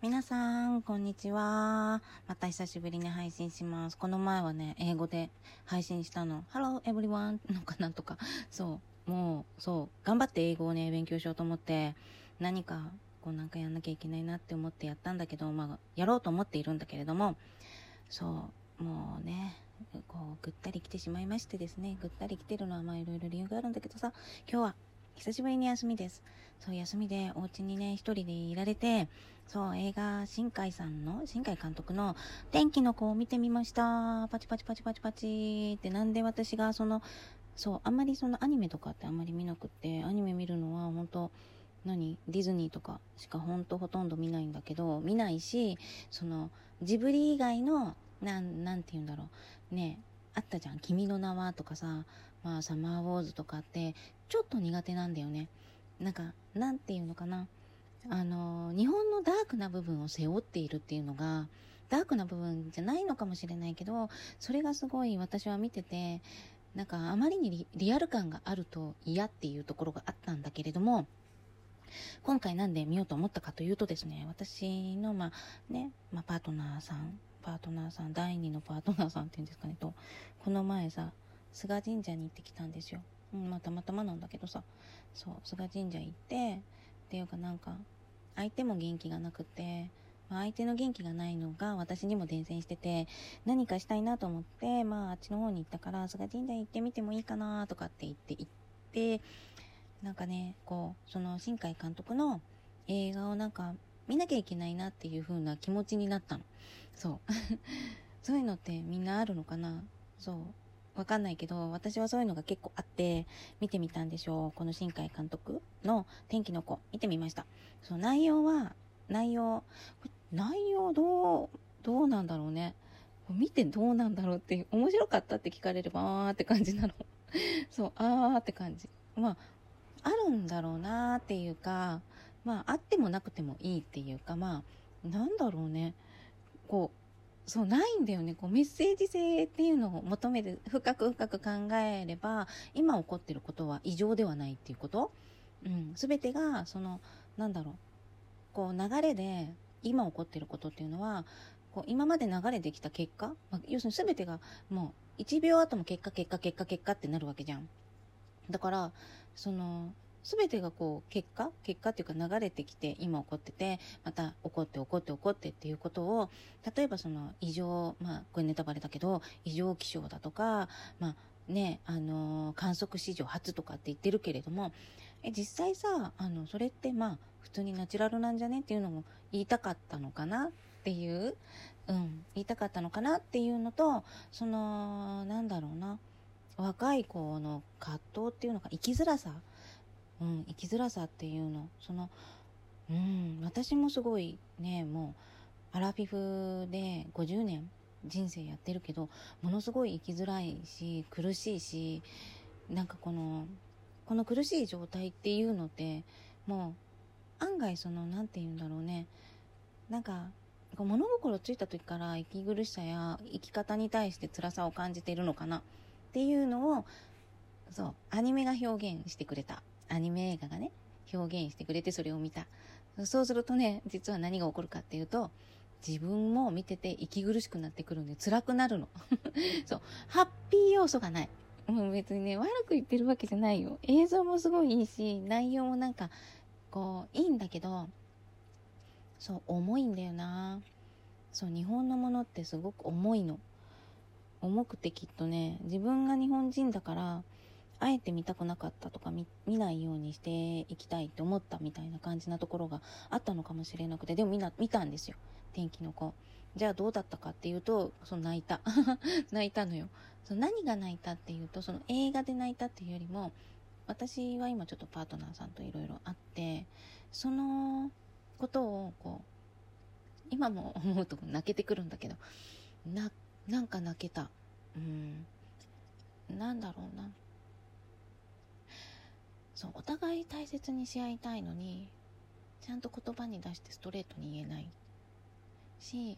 皆さん、こんにちは。また久しぶりに配信します。この前はね、英語で配信したの。Hello everyone のかなんとか。頑張って英語をね、勉強しようと思って、何か、なんかやんなきゃいけないなって思ってやったんだけど、やろうと思っているんだけれども、もうね、ぐったり来てしまいましてですね、ぐったり来てるのはいろいろ理由があるんだけどさ、今日は久しぶりに休みです。休みでお家にね、一人でいられて、映画、新海監督の天気の子を見てみました。パチパチパチパチパチって、なんで私があんまりアニメとかってあんまり見なくって、アニメ見るのは本当ディズニーとかしかほとんど見ないんだけど、見ないし、ジブリ以外の、なんて言うんだろう。ね、あったじゃん。君の名はとかさ、サマーウォーズとかって、ちょっと苦手なんだよね。なんていうのかな。日本のダークな部分を背負っているっていうのが、ダークな部分じゃないのかもしれないけど、それがすごい私は見てて、あまりにリアル感があると嫌っていうところがあったんだけれども、今回なんで見ようと思ったかというとですね、私のパートナーさん、第二のパートナーさんっていうんですかねと、この前さ、菅神社に行ってきたんですよ。たまたまなんだけどさ、菅神社行って、っていうか相手も元気がなくて、相手の元気がないのが私にも伝染してて、何かしたいなと思って、あっちの方に行ったから、菅神社行ってみてもいいかなとかって行って、その新海監督の映画を見なきゃいけないなっていう風な気持ちになったの。そういうのってみんなあるのかな。わかんないけど、私はそういうのが結構あって、見てみたんでしょう。この新海監督の天気の子、見てみました。内容どうなんだろうね。見てどうなんだろうっていう、面白かったって聞かれれば、あーって感じなの。あーって感じ。あるんだろうなっていうか、あってもなくてもいいっていうか、なんだろうね。ないんだよね。メッセージ性っていうのを求めて、深く考えれば、今起こってることは異常ではないっていうこと。すべてが、流れで、今起こってることっていうのは、今まで流れてきた結果、要するにすべてが、もう、1秒後も結果ってなるわけじゃん。だから、すべてが結果っていうか流れてきて、今起こってて、また起こってっていうことを、例えば異常、これネタバレだけど、異常気象だとか、観測史上初とかって言ってるけれども、実際さ、それって普通にナチュラルなんじゃねっていうのも言いたかったのかなっていう、言いたかったのかなっていうのと、なんだろうな、若い子の葛藤っていうのか、生きづらさっていうの、私もすごいね、もうアラフィフで50年人生やってるけど、ものすごい生きづらいし苦しいし、この苦しい状態っていうのって、もう案外なんて言うんだろうね、物心ついた時から息苦しさや生き方に対して辛さを感じているのかなっていうのを、アニメが表現してくれた。アニメ映画がね、表現してくれて、それを見た。そうするとね、実は何が起こるかっていうと、自分も見てて息苦しくなってくるんで辛くなるの。ハッピー要素がない。もう別にね、悪く言ってるわけじゃないよ。映像もすごいいいし、内容もいいんだけど、重いんだよな。日本のものってすごく重いの。重くてきっとね、自分が日本人だから、あえて見たくなかったとか見ないようにしていきたいって思ったみたいな感じなところがあったのかもしれなくて、でも見たんですよ。天気の子。じゃあどうだったかっていうと、泣いた。泣いたのよ。何が泣いたっていうと、映画で泣いたっていうよりも、私は今ちょっとパートナーさんといろいろあって、そのことを今も思うと泣けてくるんだけど、なんか泣けた。なんだろうな。お互い大切にし合いたいのに、ちゃんと言葉に出してストレートに言えないし、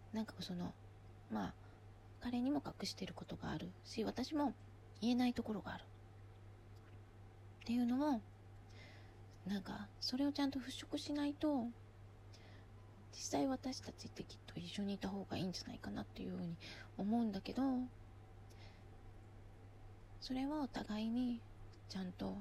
彼にも隠していることがあるし、私も言えないところがあるっていうのを、それをちゃんと払拭しないと、実際私たちってきっと一緒にいた方がいいんじゃないかなっていうふうに思うんだけど、それはお互いにちゃんと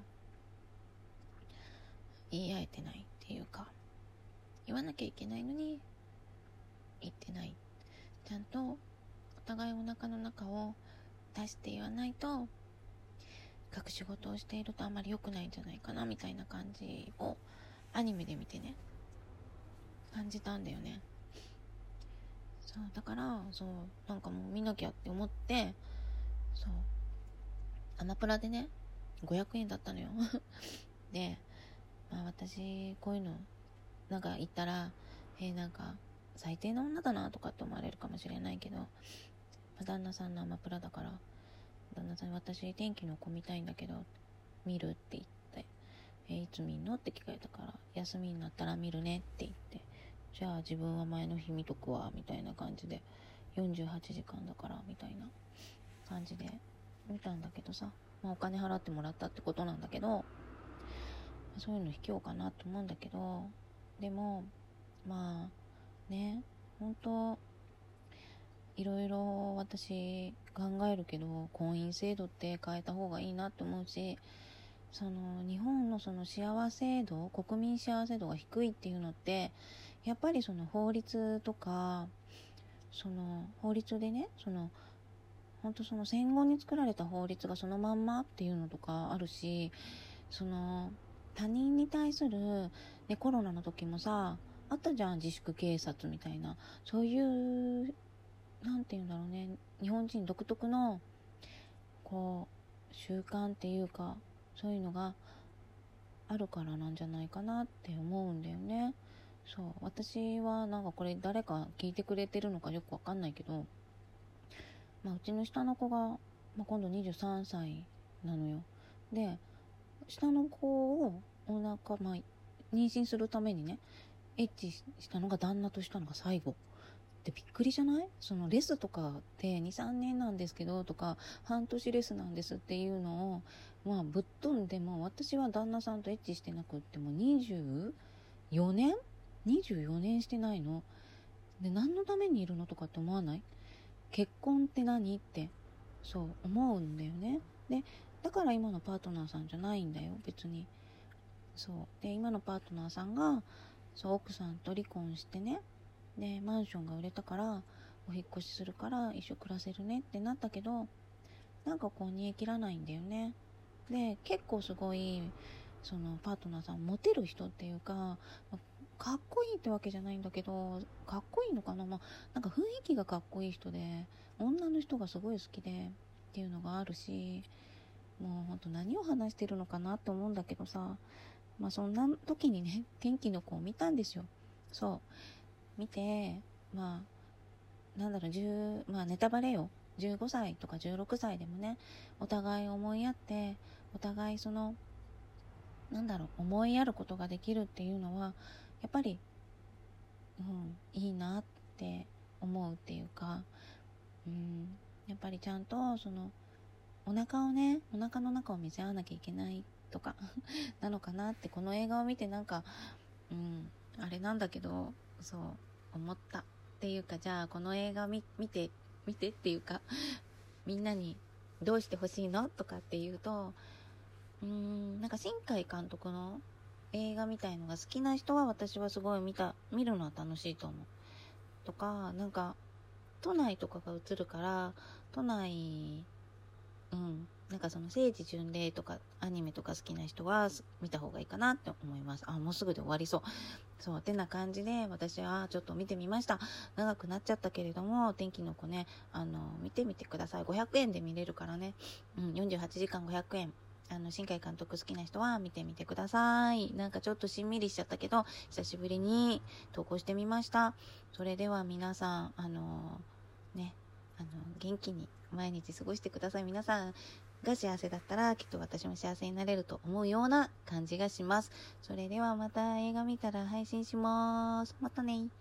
言い合えてないっていうか、言わなきゃいけないのに言ってない。ちゃんとお互いお腹の中を出して言わないと、隠し事をしているとあまり良くないんじゃないかなみたいな感じをアニメで見てね、感じたんだよね。そうだから、そうなんかもう見なきゃって思って、そうアマプラでね500円だったのよで、まあ私こういうのなんか言ったらなんか最低な女だなとかって思われるかもしれないけど、旦那さんのアマプラだから、旦那さんに私天気の子見たいんだけど見るって言って、いつ見んのって聞かれたから、休みになったら見るねって言って、じゃあ自分は前の日見とくわみたいな感じで、48時間だからみたいな感じで見たんだけどさ、まあお金払ってもらったってことなんだけど、そういうの卑怯かなと思うんだけど、でもまあね、本当いろいろ私考えるけど、婚姻制度って変えた方がいいなって思うし、その日本のその幸せ度、国民幸せ度が低いっていうのって、やっぱりその法律とか、その法律でね、本当その戦後に作られた法律がそのまんまっていうのとかあるし、その他人に対する、ね、コロナの時もさあったじゃん、自粛警察みたいな、そういうなんていうんだろうね、日本人独特のこう習慣っていうか、そういうのがあるからなんじゃないかなって思うんだよね。そう、私はなんかこれ誰か聞いてくれてるのかよくわかんないけど、まあ、うちの下の子が、まあ、今度23歳なのよ。で、下の子をまあ、妊娠するためにね、エッチしたのが旦那としたのが最後。でびっくりじゃない？そのレスとかって2、3年なんですけどとか、半年レスなんですっていうのを、まあぶっ飛んでも、私は旦那さんとエッチしてなくっても24年 ?24 年してないの。で、何のためにいるのとかって思わない？結婚って何ってそう思うんだよね。でだから今のパートナーさんじゃないんだよ別に。そうで、今のパートナーさんがそう奥さんと離婚してね、でマンションが売れたからお引っ越しするから一緒暮らせるねってなったけど、なんかこう煮え切らないんだよね。で結構すごいそのパートナーさんモテる人っていうか、かっこいいってわけじゃないんだけど、かっこいいのかな、まあ、なんか雰囲気がかっこいい人で、女の人がすごい好きでっていうのがあるし、もうほんと何を話してるのかなって思うんだけどさ、まあそんな時にね、天気の子を見たんですよ。そう見て、まあなんだろう、まあネタバレよ、15歳とか16歳でもね、お互い思いやって、お互いそのなんだろう、思いやることができるっていうのはやっぱり、いいなって思うっていうか、やっぱりちゃんとそのお腹の中を見せ合わなきゃいけないとかなのかなって、この映画を見てなんか、あれなんだけど、そう思ったっていうか、じゃあこの映画見てっていうかみんなにどうしてほしいのとかっていうと、なんか新海監督の映画みたいのが好きな人は、私はすごい見るのは楽しいと思う。とか、なんか都内とかが映るから、都内、なんかその聖地巡礼とかアニメとか好きな人は見た方がいいかなって思います。もうすぐで終わりそう。そうってな感じで私はちょっと見てみました。長くなっちゃったけれども、天気の子ね、見てみてください。500円で見れるからね。48時間500円。新海監督好きな人は見てみてください。なんかちょっとしんみりしちゃったけど、久しぶりに投稿してみました。それでは皆さん、元気に毎日過ごしてください。皆さんが幸せだったら、きっと私も幸せになれると思うような感じがします。それではまた映画見たら配信します。またね。